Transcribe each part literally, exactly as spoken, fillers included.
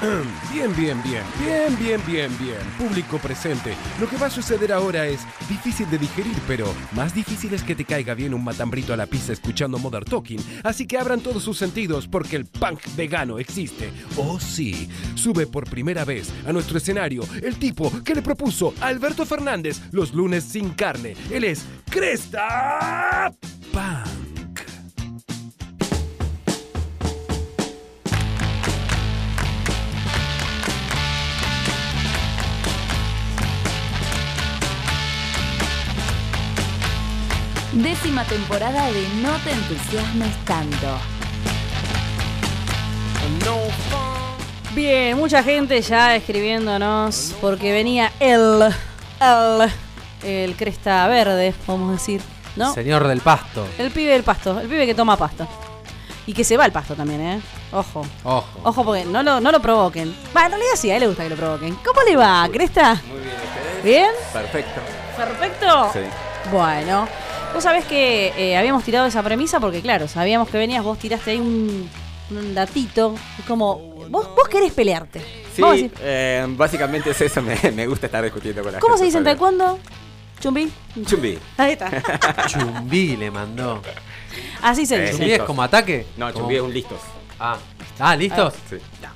Bien, bien, bien, bien, bien, bien, bien. Público presente. Lo que va a suceder ahora es difícil de digerir, pero más difícil es que te caiga bien un matambrito a la pizza escuchando Modern Talking. Así que abran todos sus sentidos porque el punk vegano existe. Oh sí, sube por primera vez a nuestro escenario el tipo que le propuso a Alberto Fernández los lunes sin carne. Él es Cresta Punk. Décima temporada de No te entusiasmes tanto. Bien, mucha gente ya escribiéndonos porque venía el, el, el Cresta Verde, vamos a decir, ¿no? Señor del pasto. El pibe del pasto, el pibe que toma pasto. Y que se va al pasto también, ¿eh? Ojo. Ojo. Ojo porque no lo, no lo provoquen. Va, en realidad sí, a él le gusta que lo provoquen. ¿Cómo le va, Cresta? Muy bien, ¿ustedes? ¿Bien? Perfecto. ¿Perfecto? Sí. Bueno, vos sabés que eh, habíamos tirado esa premisa porque, claro, sabíamos que venías, vos tiraste ahí un, un datito. Es como, vos, vos querés pelearte. Sí, Vamos a decir, eh, básicamente es eso, me, me gusta estar discutiendo con la ¿cómo gente. se dice en sobre- taekwondo? ¿Chumbi? Chumbi. Ahí está. Chumbí le mandó. Así se Eh, dice. ¿Chumbí es como ataque? No, Como- Chumbi es un listos. Ah, ah ¿listos? Sí.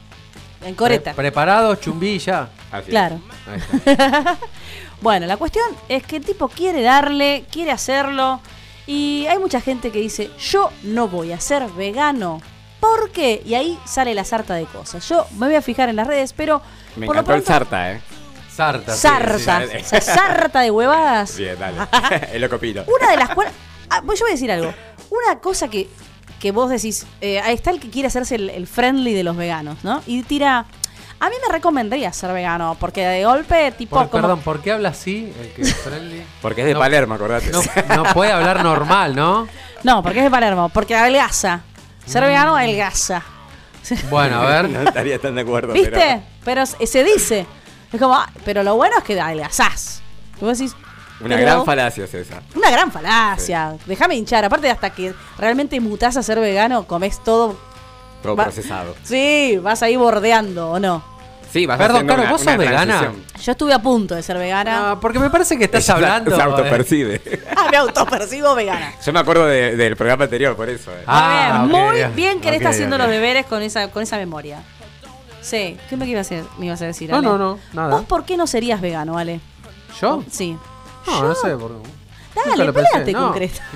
En coreta. Pre- preparados, chumbí ya. Así es. Claro. Ahí está. Bueno, la cuestión es que el tipo quiere darle, quiere hacerlo. Y hay mucha gente que dice, yo no voy a ser vegano. ¿Por qué? Y ahí sale la sarta de cosas. Yo me voy a fijar en las redes, pero Me por lo encantó el pronto, sarta, ¿eh? Sarta. sí, sarta, sí, sí. esa sarta de huevadas. Bien, dale. Es lo copito. Una de las cuales... Ah, pues yo voy a decir algo. Una cosa que, que vos decís, eh, ahí está el que quiere hacerse el, el friendly de los veganos, ¿no? Y tira... A mí me recomendaría ser vegano, porque de golpe, tipo... Por- como, Perdón, ¿por qué habla así? El que es friendly? Porque es de No. Palermo, acordate. No, no puede hablar normal, ¿no? No, porque es de Palermo, porque adelgaza. Ser Mm. vegano adelgaza. Bueno, a ver. No estaría tan de acuerdo, ¿Viste? pero... Pero, s- se dice. Es como, ah, pero lo bueno es que adelgazás. Y vos decís, Una pero- gran falacia es esa. Una gran falacia. Déjame hinchar. Aparte, hasta que realmente mutás a ser vegano, comés todo. Todo Va- procesado. Sí, vas ahí bordeando, ¿o no? Sí, vas Perdón, haciendo Caro, una- ¿vos una sos vegana? transición. Yo estuve a punto de ser vegana. Ah, porque me parece que estás Ella hablando. Se eh. autopercibe. Ah, me autopercibo vegana. Yo me acuerdo de- del programa anterior, por eso. eh. Ah, muy ok, bien, muy bien que le ok, está haciendo ok. los deberes con esa, con esa memoria. Sí, ¿qué me ibas a, hacer? me ibas a decir, No, Ale? no, no, nada. ¿Vos por qué no serías vegano, Ale? ¿Yo? Sí. No, Yo- no sé. Por... nunca Dale, lo pensé, peleate no. con Cresta.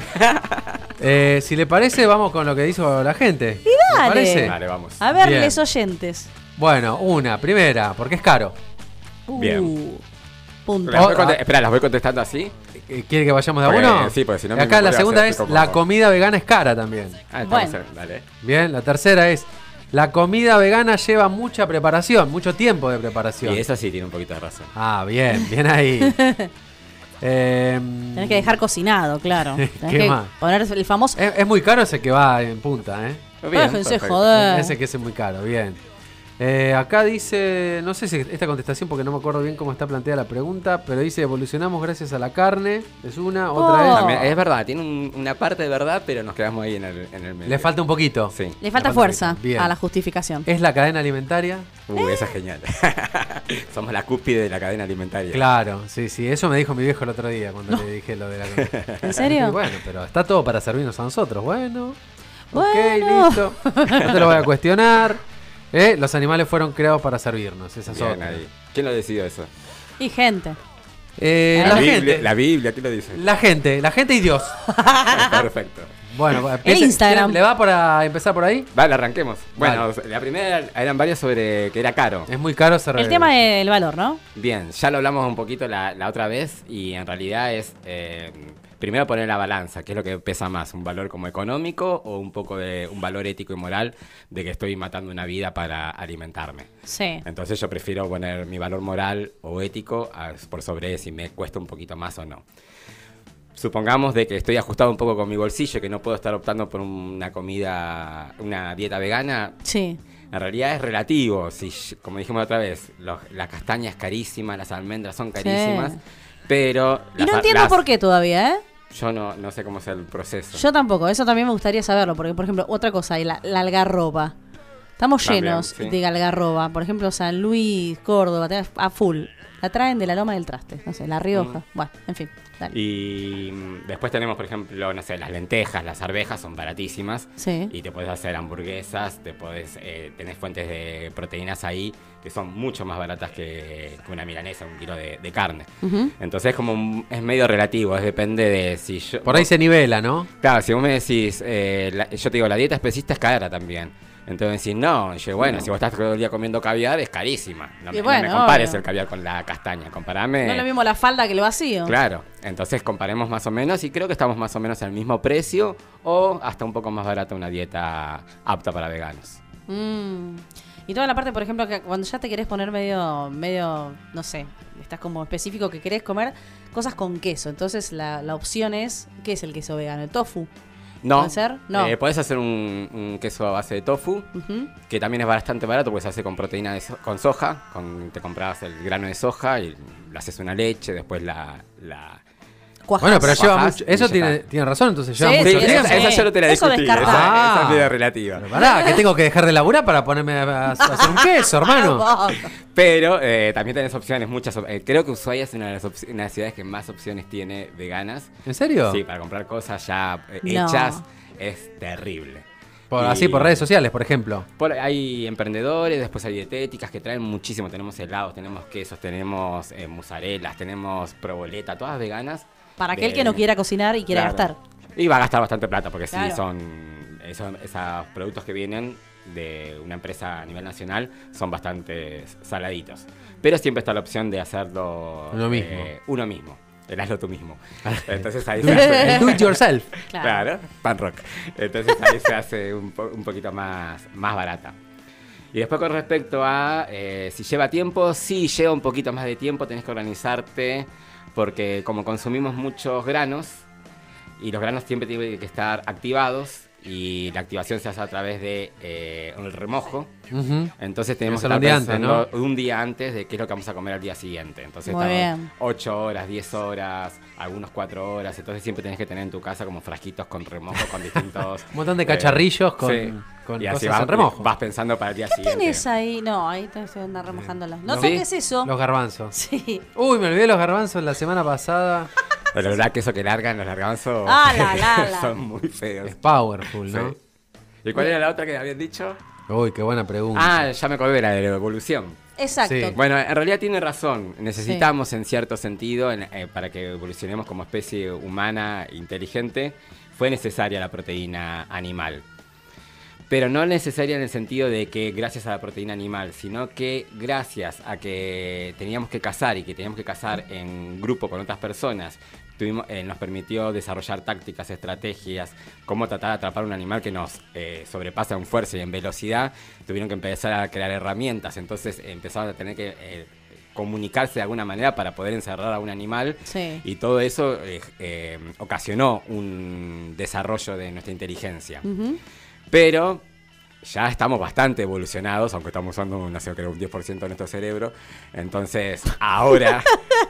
Eh, si le parece, vamos con lo que dijo la gente. Y ¿Le dale. parece? Dale, vamos. A ver, Bien. les oyentes. Bueno, una, primera, porque es caro. Bien. Uh, punto. Las voy Oh, conte- ah. Espera, ¿las voy contestando así? Eh, ¿Quiere que vayamos de a Porque- uno? sí, porque si no me Acá la voy a segunda hacer es, como- la comida vegana es cara también. Ah, Bueno. estamos en- dale. Bien, la tercera es, la comida vegana lleva mucha preparación, mucho tiempo de preparación. Y eso sí tiene un poquito de razón. Ah, bien, bien ahí. eh, Tenés que dejar cocinado, claro. Tenés ¿Qué que más? poner el famoso. es, es muy caro ese que va en punta, ¿eh? Bien, Déjense perfecto. joder. Ese que es muy caro, bien. Eh, acá dice, no sé si esta contestación porque no me acuerdo bien cómo está planteada la pregunta, pero dice evolucionamos gracias a la carne, es una, otra Oh. es... También- es verdad, tiene un- una parte de verdad, pero nos quedamos ahí en el, en el medio. Le falta un poquito. Sí. Le falta un fuerza poquito. Bien. a la justificación. ¿Es la cadena alimentaria? Uh, esa es genial. Somos la cúspide de la cadena alimentaria. Claro, sí, sí, eso me dijo mi viejo el otro día cuando le dije lo de la ¿En serio? Y bueno, pero está todo para servirnos a nosotros, bueno. Bueno. Ok, listo. No te lo voy a cuestionar. Eh, los animales fueron creados para servirnos, esa es Bien otra. ahí. ¿Quién lo decidió eso? Y gente. Eh, La la, La Biblia, gente, la Biblia, ¿quién lo dice? la gente, la gente y Dios. Perfecto. Bueno, empiece- Instagram. ¿Le va para empezar por ahí? Vale, arranquemos. Bueno, Vale. la primera eran varias sobre que era caro. Es muy caro ser El tema del valor, ¿no? Bien, ya lo hablamos un poquito la, la otra vez y en realidad es eh, primero poner la balanza, qué es lo que pesa más, un valor como económico o un poco de un valor ético y moral de que estoy matando una vida para alimentarme. Sí. Entonces yo prefiero poner mi valor moral o ético a- por sobre si me cuesta un poquito más o no. Supongamos de que estoy ajustado un poco con mi bolsillo, que no puedo estar optando por una comida, una dieta vegana. Sí. En realidad es relativo, si, como dijimos la otra vez, los- la castaña es carísima, las almendras son carísimas, Sí. pero... Y no entiendo por qué todavía, ¿eh? Yo no, no sé cómo es el proceso. Yo tampoco, eso también me gustaría saberlo, porque por ejemplo, otra cosa, la, la algarroba. Estamos También, llenos sí. de algarroba. Por ejemplo, San Luis, Córdoba, tenés a full. La traen de la Loma del Traste, no sé, La Rioja. Mm. Bueno, en fin, dale. Y mm, después tenemos, por ejemplo, no sé, las lentejas, las arvejas son baratísimas. Sí. Y te puedes hacer hamburguesas, te podés, eh, tenés fuentes de proteínas ahí que son mucho más baratas que, que una milanesa, un kilo de, de carne. Ujú. Entonces como un- es medio relativo, es depende de si yo... Por ahí se nivela, ¿no? Claro, si vos me decís, eh, la- yo te digo, la dieta especista es cara también. Entonces decís, no, yo, bueno, si vos estás todo el día comiendo caviar, es carísima. No, Y me, no bueno, me compares obvio. el caviar con la castaña, comparame... No es lo mismo la falda que el vacío. Claro, entonces comparemos más o menos y creo que estamos más o menos al mismo precio o hasta un poco más barata una dieta apta para veganos. Mm. Y toda la parte, por ejemplo, que cuando ya te querés poner medio, medio, no sé, estás como específico que querés comer cosas con queso. Entonces la, la opción es, ¿qué es el queso vegano? ¿El tofu? No, ¿Puede ser? No. eh, podés hacer un, un queso a base de tofu, Ujú. que también es bastante barato, porque se hace con proteína de so- con soja, con, te compras el grano de soja y le haces una leche, después la... la... Cuajás. Bueno, pero lleva Bajás mucho. y Eso ya tiene, está. tiene razón, entonces lleva Sí, mucho sí, esa, tiempo. eso esa yo no te la Eso discutí, esa, descartado. esa es medio Ah. relativa. Pero pará, que tengo que dejar de laburar para ponerme a, a hacer un queso, hermano. Vos. Pero eh, también tenés opciones, muchas op- eh, creo que Ushuaia es una de, las op- una de las ciudades que más opciones tiene veganas. ¿En serio? Sí, para comprar cosas ya eh, No. hechas es terrible. Por- Y- Así por redes sociales, por ejemplo. Por- hay emprendedores, después hay dietéticas que traen muchísimo. Tenemos helados, tenemos quesos, tenemos eh, mozzarellas, tenemos proboleta, todas veganas. Para aquel de- que no quiera cocinar y quiera Claro. gastar. Y va a gastar bastante plata porque Claro. sí, son esos, esos productos que vienen de una empresa a nivel nacional son bastante saladitos. Pero siempre está la opción de hacerlo Uno mismo. eh, uno mismo. El hazlo tú mismo. Entonces ahí se hace, El do it yourself. Claro. Claro, pan rock. Entonces ahí se hace un, po- un poquito más, más barata. Y después con respecto a eh, si lleva tiempo, sí lleva un poquito más de tiempo, tenés que organizarte porque como consumimos muchos granos y los granos siempre tienen que estar activados y la activación se hace a través de eh, el remojo. Ujú. Entonces tenemos que Eso un estar día antes, pensando un día antes de qué es lo que vamos a comer al día siguiente. Entonces Muy estamos bien. ocho horas, diez horas, algunos cuatro horas. Entonces siempre tenés que tener en tu casa como frasquitos con remojo, con distintos... Un montón de cacharrillos con, sí. con Y así cosas vas, en remojo. vas pensando para el día ¿Qué siguiente. tenés ahí? No, ahí te estoy andando remojándolas. No ¿Sí? toques eso. Los garbanzos. Sí. Uy, me olvidé los garbanzos la semana pasada. Pero la verdad que eso que largan los larganzos Ah, la, la, la. son muy feos. Es powerful, ¿no? Sí. ¿Y cuál era la otra que habían dicho? Uy, qué buena pregunta. Ah, ya me acordé de la de la evolución. Exacto. Sí. Bueno, en realidad tiene razón. Necesitamos, en cierto sentido, en- eh, para que evolucionemos como especie humana inteligente, fue necesaria la proteína animal. Pero no necesaria en el sentido de que gracias a la proteína animal, sino que gracias a que teníamos que cazar y que teníamos que cazar en grupo con otras personas, tuvimos, eh, nos permitió desarrollar tácticas, estrategias, cómo tratar de atrapar un animal que nos eh, sobrepasa en fuerza y en velocidad. Tuvieron que empezar a crear herramientas, entonces empezaron a tener que eh, comunicarse de alguna manera para poder encerrar a un animal. Sí. Y todo eso eh, eh, ocasionó un desarrollo de nuestra inteligencia. Ujú. Pero ya estamos bastante evolucionados, aunque estamos usando un, no sé, creo un diez por ciento de nuestro cerebro. Entonces, ahora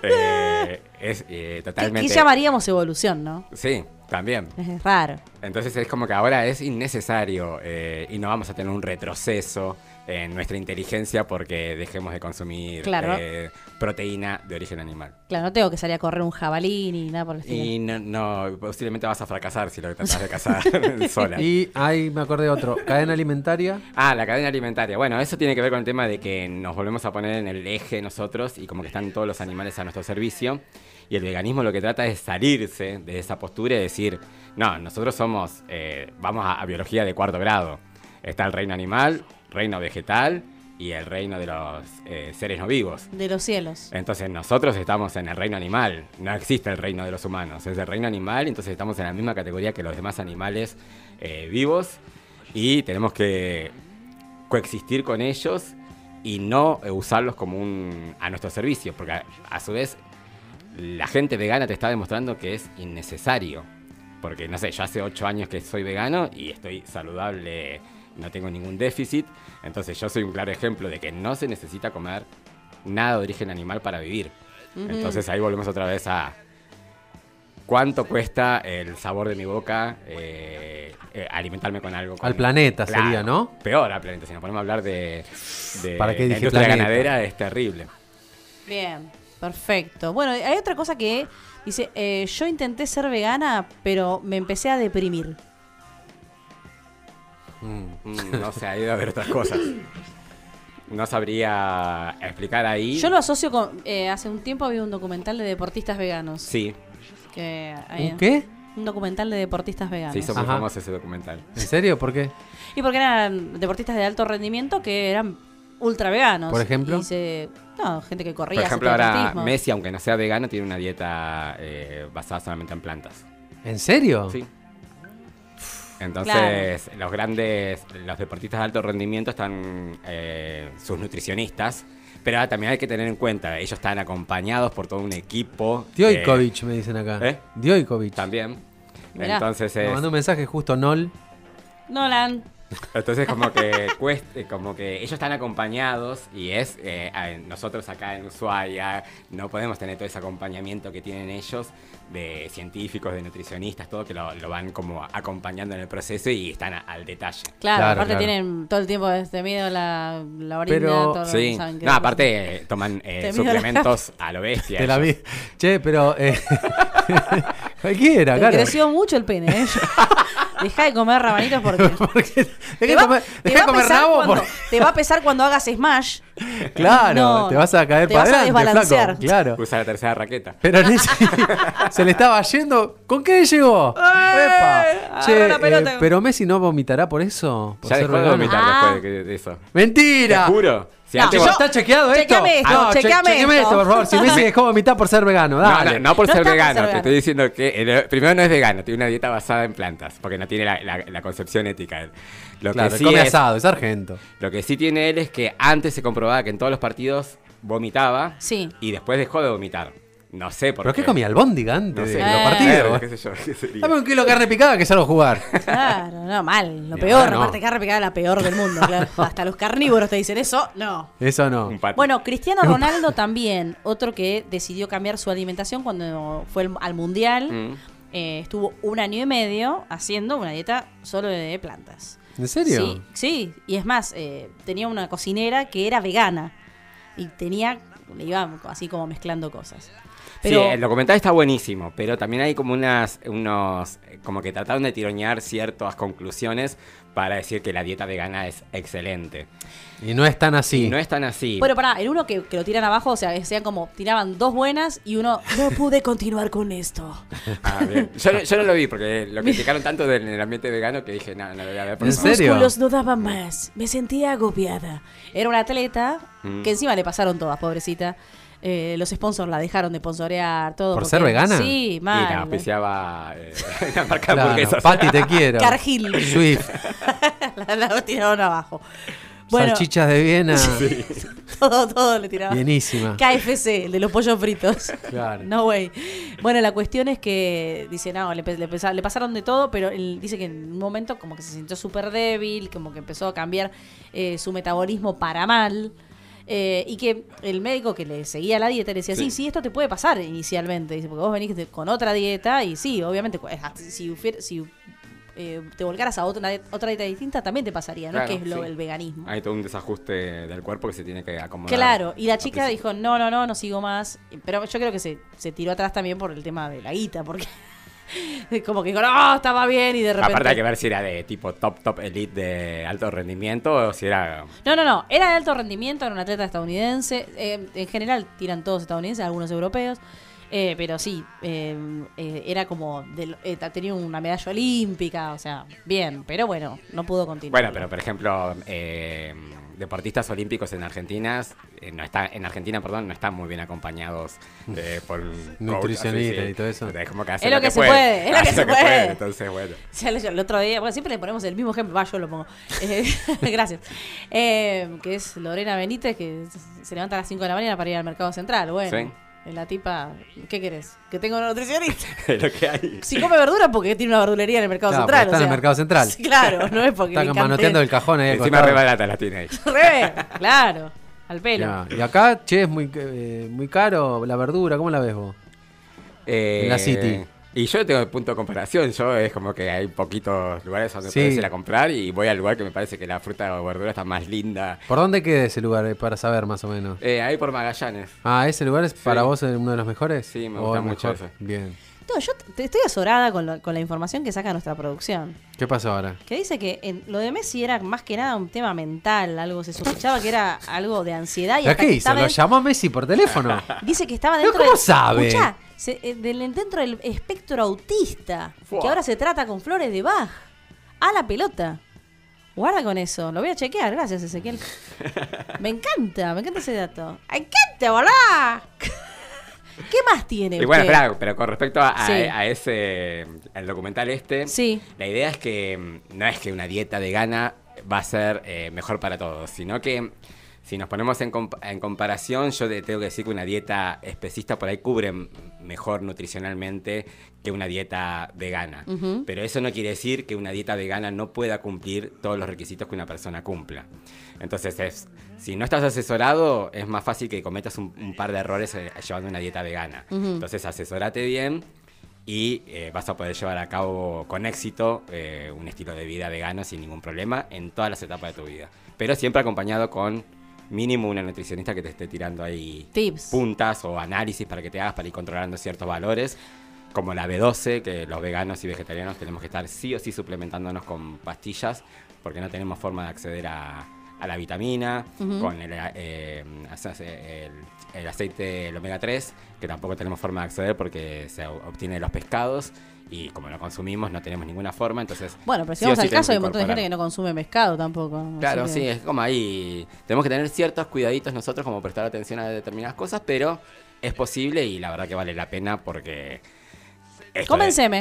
eh, es eh, ¿Qué, totalmente... qué llamaríamos evolución, no? Sí, también. Es raro. Entonces es como que ahora es innecesario eh, y no vamos a tener un retroceso en nuestra inteligencia porque dejemos de consumir Claro. eh, proteína de origen animal. Claro, no tengo que salir a correr un jabalí ni nada por el estilo. Y no, no, posiblemente vas a fracasar si lo tratás de cazar sola. Y ahí me acordé de otro. Cadena alimentaria. Ah, la cadena alimentaria. Bueno, eso tiene que ver con el tema de que nos volvemos a poner en el eje nosotros y como que están todos los animales a nuestro servicio. Y el veganismo lo que trata es salirse de esa postura y decir, no, nosotros somos, eh, vamos a, a biología de cuarto grado. Está el reino animal, reino vegetal y el reino de los eh, seres no vivos. De los cielos. Entonces nosotros estamos en el reino animal, no existe el reino de los humanos, es el reino animal, entonces estamos en la misma categoría que los demás animales eh, vivos y tenemos que coexistir con ellos y no eh, usarlos como un a nuestro servicio, porque a, a su vez la gente vegana te está demostrando que es innecesario, porque no sé, yo hace ocho años que soy vegano y estoy saludable, no tengo ningún déficit, entonces yo soy un claro ejemplo de que no se necesita comer nada de origen animal para vivir. Ujú. Entonces ahí volvemos otra vez a ¿cuánto cuesta el sabor de mi boca eh, eh, alimentarme con algo? Con, Al planeta claro, sería, ¿no? Peor al planeta. Si nos ponemos a hablar de, de ¿Para qué la dije industria planeta? ganadera, es terrible. Bien, perfecto. Bueno, hay otra cosa que dice, eh, yo intenté ser vegana, pero me empecé a deprimir. Mm. Mm, no sé, ahí debe haber otras cosas. No sabría explicar ahí. Yo lo asocio con, eh, hace un tiempo había un documental de deportistas veganos. Sí, Que, hay- ¿Un qué? Un documental de deportistas veganos. se hizo muy Ajá. famoso ese documental. ¿En serio? ¿Por qué? Y porque eran deportistas de alto rendimiento que eran ultra veganos. ¿Por ejemplo? Y se, no, gente que corría. Por hacía ejemplo, ahora atletismo. Messi, aunque no sea vegano, tiene una dieta eh, basada solamente en plantas. ¿En serio? Sí. Entonces, los grandes, los deportistas de alto rendimiento están eh, sus nutricionistas, pero ahora también hay que tener en cuenta, ellos están acompañados por todo un equipo. Djokovic, me dicen acá. ¿Eh? Djokovic. eh, también. Mirá. Entonces Me es, mandó un mensaje justo Nol. Nolan. entonces como que cueste, como que ellos están acompañados y es eh, a- nosotros acá en Ushuaia no podemos tener todo ese acompañamiento que tienen ellos de científicos, de nutricionistas, todo que lo, lo van como acompañando en el proceso y están a- al detalle. Claro, Claro, aparte claro. tienen todo el tiempo este miedo la, la orina, Pero- todo lo Sí, saben que- no, aparte eh, toman eh, Te mido la suplementos a lo bestia. Te la vi. ellos. Che, pero. Eh, cualquiera, Te claro. creció mucho el pene, ¿eh? Deja de comer rabanitos porque. Porque- Te Dejá va- de comer, te dejá va de a comer pesar nabo. cuando- por- Te va a pesar cuando hagas smash. Claro, No, te vas a caer te para vas a adelante, desbalancear. flaco. Claro. Usa la tercera raqueta. Pero Nessi se le estaba yendo. ¿Con qué llegó? Epa. agarró Che, la pelota. eh, pero Messi no vomitará por eso. Por Ya ser dejó de vegano. vomitar Ah. después de, que- de eso. ¡Mentira! Te juro. Si No, antes yo- vos- ¿Está chequeado esto? Chequeame esto, no, che- chequeame chequeame esto. esto, por favor. Si Messi dejó de vomitar por ser vegano, No, dale. no, no por No ser está por vegano, ser te vegano. estoy diciendo que el- primero no es vegano, tiene una dieta basada en plantas, porque no tiene la, la- la concepción ética. Lo Claro, que sí come es, asado, es argento. lo que sí tiene él es que antes se comprobaba que en todos los partidos vomitaba Sí. y después dejó de vomitar. No sé por ¿Pero qué. qué comía albóndiga antes No de sé. los Eh. partidos? ¿Qué sé yo? ¿Qué sería? Dame un kilo de carne picada que salgo a jugar. Claro, no, mal. Lo Y peor, ahora no. aparte carne picada es la peor del mundo, claro. Hasta los carnívoros te dicen eso, no. Eso no. Un pato. Bueno, Cristiano Ronaldo también, otro que decidió cambiar su alimentación cuando fue el- al Mundial. Mm. Eh, estuvo un año y medio haciendo una dieta solo de plantas. ¿En serio? Sí, sí. Y es más, eh, tenía una cocinera que era vegana. Y tenía, le iba así como mezclando cosas. Pero, Sí, el documental está buenísimo, pero también hay como unas, unos, eh, como que trataron de tironear ciertas conclusiones para decir que la dieta vegana es excelente. Y no es tan así. Y no es tan así. bueno, pará, el uno que, que lo tiran abajo, o sea, decían como, tiraban dos buenas y uno, no pude continuar con esto. Ah, bien. Yo, no- yo no lo vi porque lo criticaron tanto del, en el ambiente vegano que dije, no, no lo voy a ver. por ¿En favor". serio? Músculos no daban más, me sentía agobiada. Era una atleta Mm. que encima le pasaron todas, pobrecita. Eh, los sponsors la dejaron de sponsorear, todo. ¿Por porque- ser vegana? Sí, Y mal. la auspiciaba eh, la marca de Claro, hamburguesas. Pati, te quiero. Cargill. Swift. la, la tiraron abajo. Bueno, Salchichas de Viena. todo, todo le tiraban. Bienísima. K F C, el de los pollos fritos. Claro. No way. Bueno, la cuestión es que dice, no, le, pe- le pesa- le pasaron de todo, pero él dice que en un momento como que se sintió súper débil, como que empezó a cambiar eh, su metabolismo para mal. eh, y que el médico que le seguía la dieta le decía, sí, sí, Sí. esto te puede pasar inicialmente. Dice, porque vos venís de- con otra dieta y sí, obviamente, cu- si, hubiera- si eh, te volcaras a otra, otra dieta distinta, también te pasaría, ¿no? Claro, Que es lo, sí. el veganismo. Hay todo un desajuste del cuerpo que se tiene que acomodar. Claro, y la chica Al dijo, no, no, no, no sigo más. Pero yo creo que se, se tiró atrás también por el tema de la guita, porque como que dijo, no, estaba bien y de repente... Aparte hay que ver si era de tipo top, top elite de alto rendimiento o si era... No, no, no, era de alto rendimiento, era un atleta estadounidense. eh, en general tiran todos estadounidenses, algunos europeos. eh, pero sí, eh, eh, era como, del- eh, tenía una medalla olímpica, o sea, bien, pero bueno, no pudo continuar. Bueno, pero por ejemplo, eh, deportistas olímpicos en Argentina, eh, no está, en Argentina, perdón, no están muy bien acompañados eh, por un coach, Nutricionista así, sí. y todo eso. Es como que hace Es lo que se puede, es lo que hace se puede. Entonces, bueno. Ya lo- el otro día, bueno, siempre le ponemos el mismo ejemplo, va, yo lo pongo. Eh, gracias. Eh, que es Lorena Benítez, que se levanta a las cinco de la mañana para ir al mercado central. Bueno, Sí. la tipa, ¿qué querés? Que tenga una nutricionista. Es lo que hay. Si come verdura, porque tiene una verdulería en el mercado Claro, central. porque está o en el sea. mercado central. Sí, claro, no es porque Está le encante. manoteando el cajón ahí al Encima costado. re barata la tiene ahí. Re, claro, al pelo. Ya. Y acá, che, es muy, eh, muy caro la verdura. ¿Cómo la ves vos? Eh, En la City. Y yo tengo el punto de comparación. Yo es como que hay poquitos lugares donde Sí. puedes ir a comprar y voy al lugar que me parece que la fruta o verdura está más linda. ¿Por dónde queda ese lugar eh, para saber más o menos? Eh, ahí por Magallanes. Ah, ¿ese lugar es para Sí. vos uno de los mejores? Sí, me ¿O gusta el mucho mejor? ese. Bien. No, yo te- estoy azorada con, lo- con la información que saca nuestra producción. ¿Qué pasó ahora? Que dice que en, lo de Messi era más que nada un tema mental, algo se sospechaba que era algo de ansiedad y ¿Pero hasta qué que hizo? estaba ¿Lo en- llamó Messi por teléfono? dice que estaba ¿Pero dentro cómo del- sabe? Escuchá, se- eh, del- dentro del espectro autista, Fua. que ahora se trata con flores de Bach. A la pelota. Guarda con eso, lo voy a chequear, gracias Ezequiel. Me encanta, me encanta ese dato. ¡Me encanta, boludo! ¿Qué más tiene Y bueno, usted? espera, pero con respecto a, a- Sí. a ese, al documental este, Sí. la idea es que mm, no es que una dieta vegana va a ser eh, mejor para todos, sino que si nos ponemos en, comp- en comparación, yo te tengo que decir que una dieta especista por ahí cubre m- mejor nutricionalmente que una dieta vegana. Ujú. Pero eso no quiere decir que una dieta vegana no pueda cumplir todos los requisitos que una persona cumpla. Entonces, es, si no estás asesorado, es más fácil que cometas un, un par de errores eh, llevando una dieta vegana. Ujú. Entonces, asesórate bien y eh, vas a poder llevar a cabo con éxito eh, un estilo de vida vegano sin ningún problema en todas las etapas de tu vida. Pero siempre acompañado con mínimo una nutricionista que te esté tirando ahí Tips. puntas o análisis para que te hagas para ir controlando ciertos valores, como la B doce, que los veganos y vegetarianos tenemos que estar sí o sí suplementándonos con pastillas, porque no tenemos forma de acceder a, a la vitamina, Ujú. con el, eh, el, el aceite, el omega tres, que tampoco tenemos forma de acceder porque se obtiene de los pescados, y como lo consumimos no tenemos ninguna forma, entonces... Bueno, pero si sí o vamos sí al caso, tenemos hay un montón de incorporar. gente que no consume pescado tampoco. así Claro, que- sí, es como ahí. Tenemos que tener ciertos cuidaditos nosotros como prestar atención a determinadas cosas, pero es posible y la verdad que vale la pena porque... esto Convénceme. es-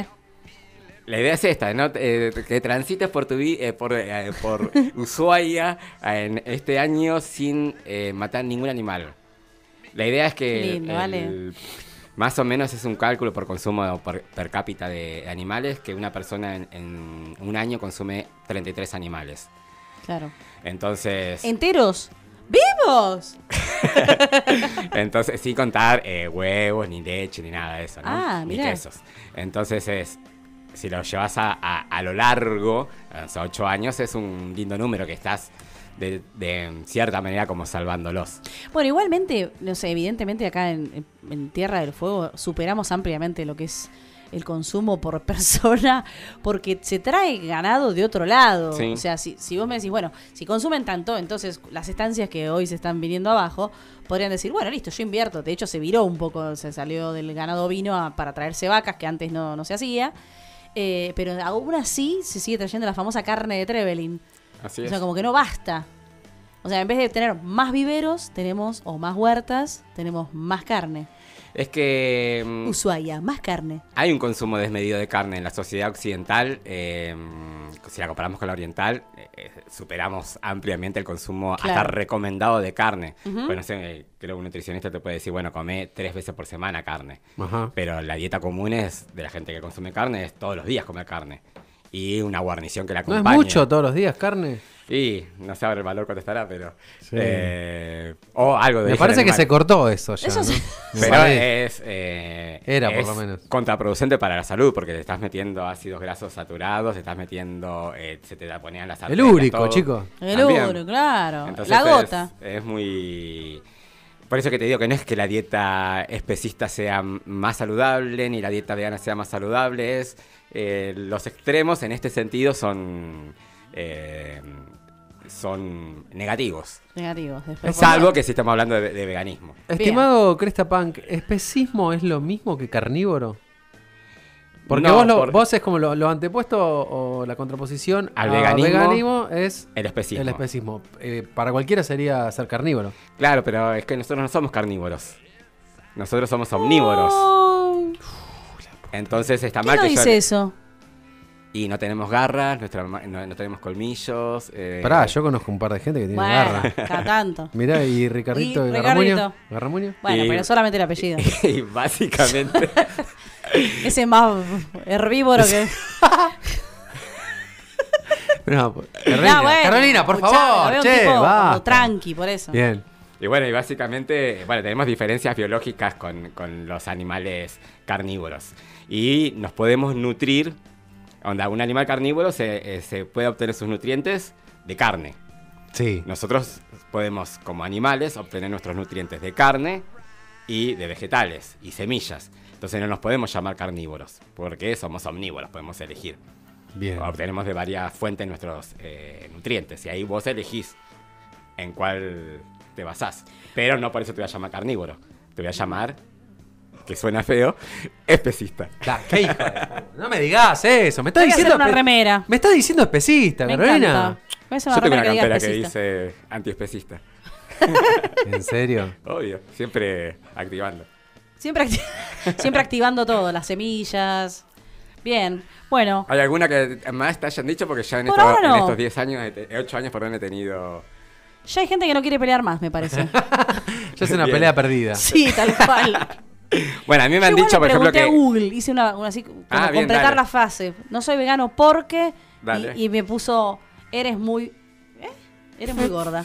La idea es esta, ¿no? Eh, que transites por tu vi- eh, por, eh, por Ushuaia en este año sin eh, matar ningún animal. La idea es que Lindo, el- vale. más o menos es un cálculo por consumo per, per cápita de animales que una persona en, en un año consume treinta y tres animales. Claro. Entonces, ¿Enteros? ¿Vivos? entonces sin contar eh, huevos, ni leche, ni nada de eso, ¿no? Ah, ni mirá. quesos. Entonces es, si lo llevas a, a, a lo largo, o sea, ocho años, es un lindo número que estás de, de cierta manera como salvándolos. Bueno, igualmente, no sé, evidentemente acá en, en Tierra del Fuego superamos ampliamente lo que es el consumo por persona, porque se trae ganado de otro lado. Sí. O sea, si, si vos me decís, bueno, si consumen tanto, entonces las estancias que hoy se están viniendo abajo, podrían decir, bueno, listo, yo invierto. De hecho, se viró un poco, se salió del ganado ovino a- para traerse vacas, que antes no, no se hacía. Eh, pero aún así se sigue trayendo la famosa carne de Trevelin. Así O es. sea, como que no basta. O sea, en vez de tener más viveros, tenemos, o más huertas, tenemos más carne. Es que mm, Ushuaia, más carne. hay un consumo desmedido de carne en la sociedad occidental. eh, si la comparamos con la oriental, eh, superamos ampliamente el consumo Claro. hasta recomendado de carne. Ujú. Bueno, no sé, eh, creo que un nutricionista te puede decir, bueno, come tres veces por semana carne. Ajá. Pero la dieta común es de la gente que consume carne, es todos los días comer carne. Y una guarnición que la ¿No es acompañe. mucho todos los días carne? Y no sé ahora el valor cuánto estará, pero... Sí. eh, o algo de Me origen parece que animal. se cortó eso ya, Eso ¿no? sí. Me Pero parece. es, eh, Era, por es lo menos. contraproducente para la salud porque te estás metiendo ácidos grasos saturados, te estás metiendo, eh, se te ponían las El arterias, úrico, todo. chico. El También. oro, claro. Entonces la es- gota. Es, muy... Por eso que te digo que no es que la dieta especista sea m- más saludable, ni la dieta vegana sea más saludable, es... eh, los extremos en este sentido son... eh, son negativos. Negativos. Después Salvo que si estamos hablando de, de veganismo. Estimado Cresta Punk, ¿especismo es lo mismo que carnívoro? Porque No, vos, lo, por- vos es como lo, lo antepuesto o, o la contraposición Al a veganismo, veganismo es El especismo. el especismo. Eh, para cualquiera sería ser carnívoro. Claro, pero es que nosotros no somos carnívoros. Nosotros somos omnívoros. Oh, Entonces está ¿quién mal no que yo... dice eso? Y no tenemos garras, nuestra, ma- no, no tenemos colmillos. Eh... Pará, yo conozco un par de gente que tiene Bueno, garra. cada tanto. Mirá, y Ricardito Y y Garramuño. Ricardito. Garramuño. Bueno, Y- pero solamente el apellido. y básicamente... Ese es más herbívoro que... No, pues, Carolina, No, bueno, Carolina, por escuchame, lo favor, veo un che, tipo va. como tranqui, por eso. Bien. Y bueno, y básicamente, bueno, tenemos diferencias biológicas con, con los animales carnívoros. Y nos podemos nutrir, onda, un animal carnívoro se, eh, se puede obtener sus nutrientes de carne. Sí. Nosotros podemos, como animales, obtener nuestros nutrientes de carne y de vegetales y semillas. Entonces no nos podemos llamar carnívoros, porque somos omnívoros, podemos elegir. Bien. Obtenemos de varias fuentes nuestros eh, nutrientes, y ahí vos elegís en cuál te basás. Pero no por eso te voy a llamar carnívoro. Te voy a llamar, que suena feo, especista. La, ¿qué hijo de- No me digas eso. Me estás Voy a diciendo. hacer una espe- remera. Me estás diciendo especista, Me Carolina. encanta. Voy a hacer Yo una tengo una remera que diga campera que especista. dice antiespecista. ¿En serio? Obvio, siempre activando. Siempre, acti- Siempre activando todo, las semillas. Bien, bueno. ¿Hay alguna que más te hayan dicho? Porque ya en, Por esto- ahora en no. estos diez años, he te- ocho años, perdón, he tenido... Ya hay gente que no quiere pelear más, me parece. Ya es una Bien. pelea perdida. Sí, tal cual. Bueno, a mí me Yo han igual dicho, le por ejemplo, pregunté que... a Google, hice una, una así como Ah, bien, completar dale. la frase. No soy vegano porque Dale. y, y me puso eres muy ¿eh? Eres muy gorda.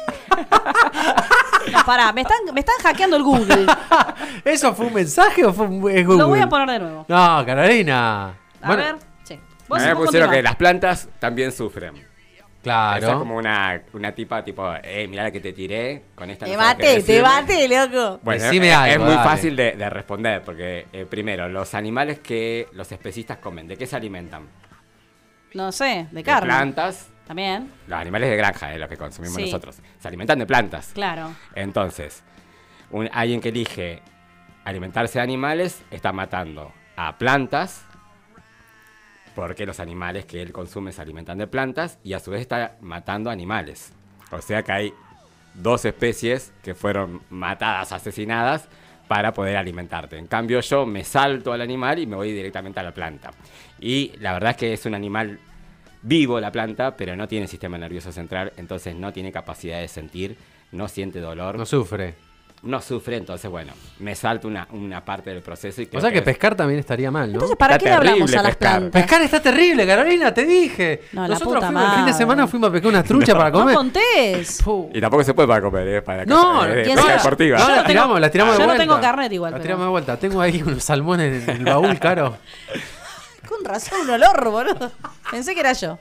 No, pará, me están, me están hackeando el Google. ¿Eso fue un mensaje o fue un es Google? Lo voy a poner de nuevo. No, Carolina. A Bueno, ver, sí. A Vos, mí me vos pusieron continúa. que las plantas también sufren. Esa es claro. como una, una tipa tipo, eh, mirá la que te tiré con esta... Te no sabes qué maté, te decirme". maté, loco. Bueno, Decime es, algo, es muy dale. fácil de, de responder, porque eh, primero, los animales que los especistas comen, ¿de qué se alimentan? No sé, de De carne. plantas. También, Los animales de granja, eh, los que consumimos Sí. nosotros, se alimentan de plantas. claro. Entonces, un- alguien que elige alimentarse de animales está matando a plantas, porque los animales que él consume se alimentan de plantas, y a su vez está matando animales. O sea que hay dos especies que fueron matadas, asesinadas, para poder alimentarte. En cambio yo me salto al animal y me voy directamente a la planta. Y la verdad es que es un animal vivo la planta, pero no tiene sistema nervioso central, entonces no tiene capacidad de sentir, no siente dolor, No no, sufre. sufre, entonces bueno, me salto una, una parte del proceso. Y O creo sea que es- pescar también estaría mal, ¿no? Entonces, ¿para Está qué le hablamos terrible a las pescar. plantas? Pescar está terrible, Carolina, te dije. No, la Nosotros puta fuimos el fin de madre. semana fuimos a pescar unas truchas para No comer. contés. Puh. Y tampoco se puede para comer, ¿eh? Para No, cosas de ¿quién pesca sabe? deportiva. No, Yo las no tengo- tiramos, las tiramos de yo no vuelta. tengo carnet igual, Las pero- tiramos de vuelta. Tengo ahí unos salmones en el baúl, caro. Con razón, un olor, boludo. Pensé que era yo.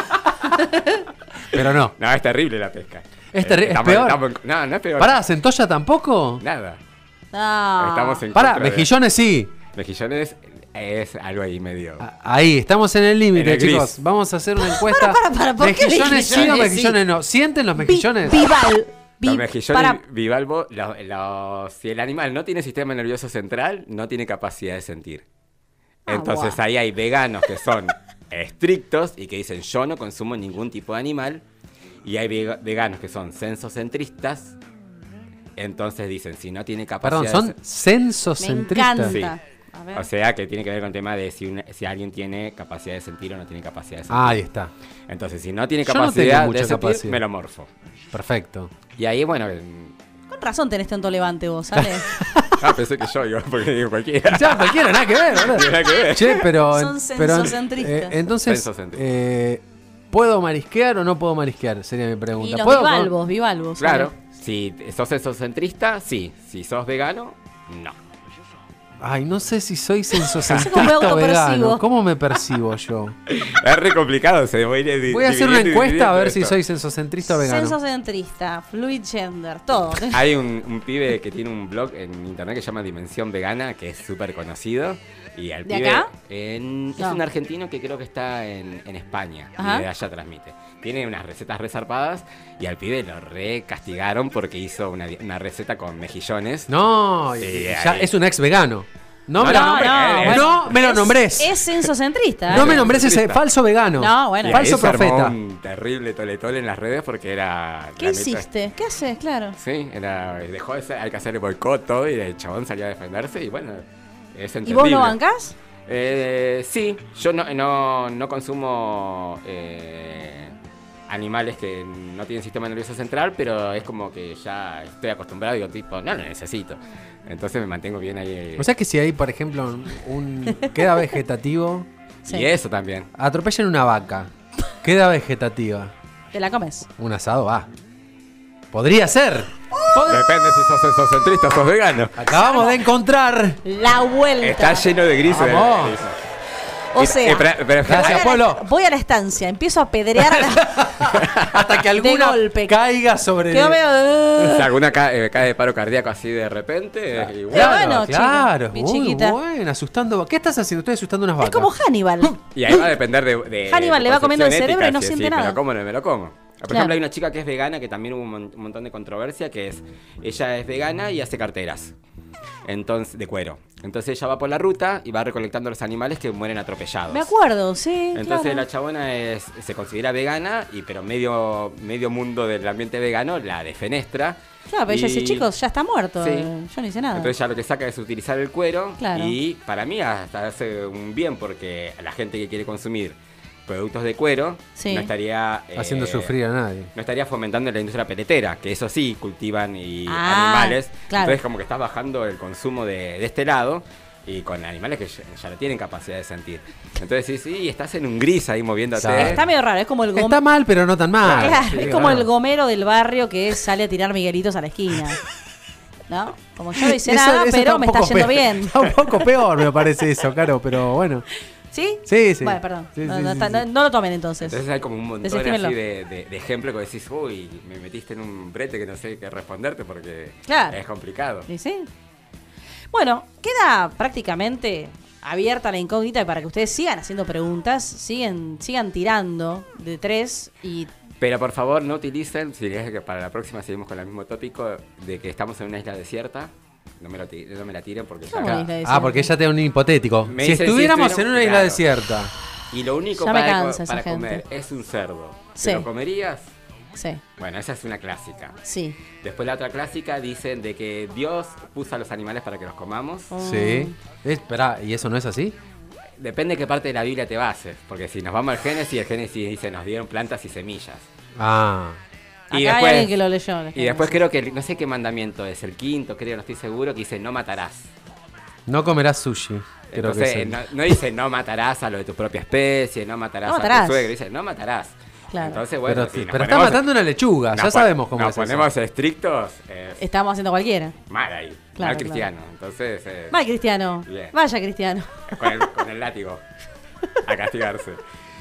Pero no. No, es terrible la pesca. Es terri- es estamos- peor. estamos en- no, no es peor. Pará, ¿centolla tampoco? Nada. No. Estamos en Pará, contra de- mejillones sí. Mejillones es algo ahí medio. A- Ahí, estamos en el En límite, el gris. chicos. Vamos a hacer una encuesta. para, para, ¿por qué ¿Mejillones sí o mejillones mejillones no? ¿Sienten los Vi- mejillones? Vival. Vi- Los mejillones para- bivalvo, los- los- si el animal no tiene sistema nervioso central, no tiene capacidad de sentir. Ah, Entonces guau. ahí hay veganos que son estrictos y que dicen yo no consumo ningún tipo de animal. Y hay vega- veganos que son sensocentristas. Entonces dicen si no tiene capacidad Perdón, de son sen- Me censocentristas. encanta. Sí. A ver. O sea que tiene que ver con el tema de si, una- si alguien tiene capacidad de sentir o no tiene capacidad de sentir. Ah, ahí está. Entonces si no tiene Yo no tengo capacidad mucha de sentir, capacidad. me lo morfo. Perfecto. Y ahí, bueno, mm, Con razón tenés tanto levante vos, ¿sale? ah, pensé que yo, digo, porque digo cualquiera. Ya, cualquiera, nada que ver, boludo. Tiene nada que ver. Che, pero. Son pero, sensocentristas. eh, entonces, Sensocentristas. eh, ¿puedo marisquear o no puedo marisquear? Sería mi pregunta. Y los ¿Puedo bivalvos, bivalvos. ¿sale? Claro, si sos sensocentristra, sí. Si sos vegano, no. Ay, no sé si soy No sé cómo me sensocentrista o autopercibo. vegano. ¿Cómo me percibo yo? Es re complicado, se voy a ir Voy a hacer una dividiendo y encuesta a ver dividiendo si esto. soy sensocentrista o vegano. Sensocentrista, fluid gender, todo. Hay un, un pibe que tiene un blog en internet que se llama Dimensión Vegana, que es súper conocido. Y al ¿De pibe acá? en- es No. un argentino que creo que está en, en España. Ajá. Y de allá transmite. Tiene unas recetas resarpadas y al pibe lo re castigaron porque hizo una, di- una receta con mejillones. No, y- Sí, ya ahí. es un ex vegano. No, No, me, lo no, nombres. no, Eh, bueno. no me lo Es- nombres. Es sensocentrista. ¿eh? No me nombres ese sensocentrista. falso vegano. No, bueno. Y Falso ahí se armó profeta. un terrible toletole en las redes porque era... ¿Qué la neta- hiciste? ¿Qué haces? Claro. Sí, era, dejó de ser, hay que hacerle boicot todo y el chabón salió a defenderse y bueno, es ¿Y entendible. vos no bancás? Eh, sí, yo no, no, no consumo eh, animales que no tienen sistema nervioso central, pero es como que ya estoy acostumbrado y digo tipo, no lo necesito. Entonces me mantengo bien ahí. O sea que si hay, por ejemplo, un, un- queda vegetativo, Sí. Y eso también. atropellan una vaca, queda vegetativa. Te la comes. Un asado va. Podría ser. Depende si sos exocentrista o sos vegano. Acabamos de encontrar. La vuelta. Está lleno de grises. de- Vamos. grises. O Y- sea, y pre- pre- Gracias, voy, a pueblo. la, voy a la estancia, empiezo a pedrear a la, Hasta que alguna golpe. caiga sobre. que no veo. Si alguna cae, eh, cae de paro cardíaco así de repente, es igual. Pero bueno, claro, chica, mi muy chiquita. bueno, asustando. ¿Qué estás haciendo? Estoy asustando unas Es vacas. como Hannibal. Y ahí va a depender de. de Hannibal tu le va comiendo el concepción cerebro y no si siente decís, nada. ¿Me lo como o no me lo como? Por Claro. ejemplo, hay una chica que es vegana que también hubo un, mon- un montón de controversia, que es, ella es vegana y hace carteras. Entonces, de cuero. Entonces ella va por la ruta y va recolectando los animales que mueren atropellados. Me acuerdo, sí. Entonces claro. la chabona es, se considera vegana, y pero medio, medio mundo del ambiente vegano la defenestra. Claro, pero ella Y- dice, chicos, ya está muerto. Sí. eh, Yo no hice nada. Entonces ya lo que saca es utilizar el cuero. Claro. Y para mí hasta hace un bien, porque la gente que quiere consumir productos de cuero Sí. no estaría eh, Haciendo sufrir a nadie. no estaría fomentando la industria peletera, que eso sí cultivan y Ah, animales. claro. Entonces como que estás bajando el consumo de, de este lado, y con animales que ya, ya no tienen capacidad de sentir. Entonces sí, sí, estás en un gris ahí moviéndote. Exacto. Está medio raro, es como el gom- Está mal, pero no tan mal. Claro, Sí, es como claro. el gomero del barrio que sale a tirar miguelitos a la esquina. ¿No? Como yo no hice Eso- nada, eso pero un me está poco yendo peor. bien. Está un poco peor, me parece eso, claro, pero bueno. ¿Sí? Sí, sí. Bueno, perdón. Sí, no, sí, no sí, está- sí. no- no lo tomen entonces. Entonces hay como un montón Desestímenlo. así de, de, de ejemplos que decís, uy, me metiste en un brete que no sé qué responderte porque Claro. es complicado. ¿Y sí? Bueno, queda prácticamente abierta la incógnita para que ustedes sigan haciendo preguntas, siguen, sigan tirando de tres y Pero por favor no utilicen, si es que para la próxima seguimos con el mismo tópico, de que estamos en una isla desierta, no me, lo ti- no me la tiren porque ¿Cómo ya... una isla desierta? Ah, porque ella te da un hipotético. Me Si dicen, estuviéramos si en una estuviéramos- isla claro. desierta. Y lo único Ya me para, cansa esa para gente. comer es un cerdo. Sí. ¿Te lo comerías? sí, Bueno, esa es una clásica. sí. Después la otra clásica dicen de que Dios puso a los animales para que los comamos. Sí. Espera, ¿y eso no es así? Depende de qué parte de la Biblia te bases, porque si nos vamos al Génesis, el Génesis dice nos dieron plantas y semillas. Ah. Y Acá después, hay alguien que lo leyó. y después creo que, no sé qué mandamiento es, el quinto, creo, no estoy seguro, que dice no matarás. No comerás sushi. Creo Entonces, que es el- no, no dice no matarás a lo de tu propia especie, no matarás, No a matarás. tu suegro, dice no matarás. Claro. Entonces, bueno, pero si nos pero está ponemos- matando una lechuga, ya nos sabemos pon- cómo nos es eso. ponemos estrictos, es Estamos haciendo cualquiera. mal ahí, Claro, mal cristiano. Entonces, eh, Mal Cristiano. Bien. Vaya Cristiano. con, el, con el látigo a castigarse.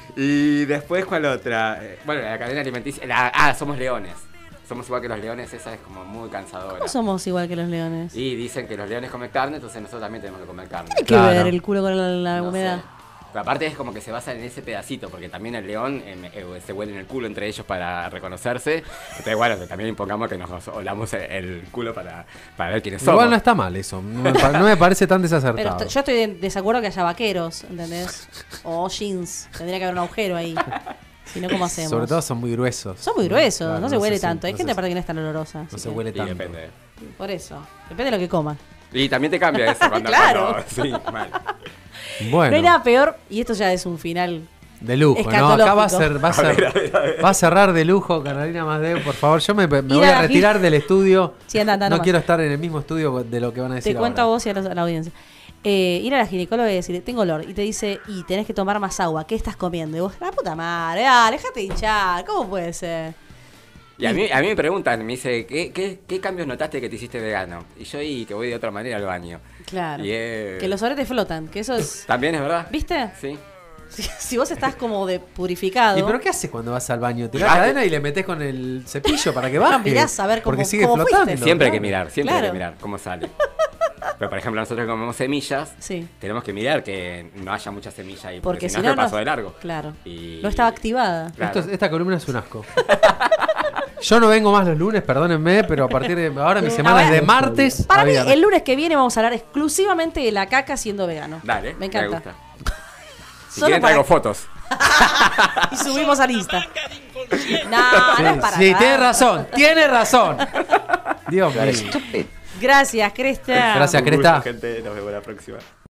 Y después, ¿cuál otra? Eh, bueno, la cadena alimenticia. la- ah, somos leones. Somos igual que los leones, esa es como muy cansadora. ¿Cómo somos igual que los leones? Y dicen que los leones comen carne, entonces nosotros también tenemos que comer carne. Hay que Claro. ver el culo con la, la No humedad. sé. Pero aparte es como que se basan en ese pedacito, porque también el león eh, eh, se huele en el culo entre ellos para reconocerse. Entonces, bueno, que también impongamos que nos olamos el, el culo para, para ver quiénes somos. Igual no está mal eso. No me, pa- no me parece tan Pero desacertado. esto- yo estoy en desacuerdo que haya vaqueros, ¿entendés? O jeans. Tendría que haber un agujero ahí. Si no, ¿cómo hacemos? Sobre todo son muy gruesos. Son muy gruesos, Claro, no se huele sé si- tanto. Hay no gente sé aparte que no es tan olorosa. No así se que- huele Y tanto. depende. Por eso. Depende de lo que coma. Y también te cambia eso cuando... Claro. cuando- sí, mal. Bueno, No hay nada peor, y esto ya es un final. de lujo, ¿no? Acá va a, ser, va, a A ver, ser- a ver, a ver. va a cerrar de lujo Carolina Masdeu. Por favor, yo me, me Ir voy a a la retirar gira- del estudio. Sí, anda, anda No nomás. quiero estar en el mismo estudio de lo que van a decir Te cuento a ahora. vos y a, los- a la audiencia. Eh, ir a la ginecóloga y decirle, tengo olor. Y te dice, y tenés que tomar más agua. ¿Qué estás comiendo? Y vos, la puta madre, ah, déjate hinchar. ¿Cómo puede ser? Y a mí, a mí me preguntan, me dice, ¿qué, qué, ¿qué cambios notaste que te hiciste vegano? Y yo, y que voy de otra manera al baño. Claro. Y es- Que los oretes flotan, que eso es... También es verdad. ¿Viste? Sí. Si, si vos estás como de purificado... ¿Y pero qué haces cuando vas al baño? ¿Tirás Ah, cadena y le metes con el cepillo para que baje? No, mirás a ver cómo- Porque sigue cómo flotando. fuiste. Siempre hay que claro. mirar, siempre hay Claro. que mirar cómo sale. Pero por ejemplo, nosotros que comemos semillas, Sí. tenemos que mirar que no haya mucha semilla ahí, Porque porque, si si no, no, no- pasó de largo. Claro. Y- No estaba activada. Claro. Esto es- esta columna es un asco. Yo no vengo más los lunes, perdónenme, pero a partir de ahora mi semana A es ver. de martes Para a mí, viernes. el lunes que viene vamos a hablar exclusivamente de la caca siendo vegano. Dale, Me encanta. gusta. Si Solo quieren para- traigo fotos. Y subimos al Insta. No, no es para Sí, tanto. tiene razón, tiene razón. Dios mío. Gracias, Cresta. Gracias, Un Cresta. gusto, gente. Nos vemos la próxima.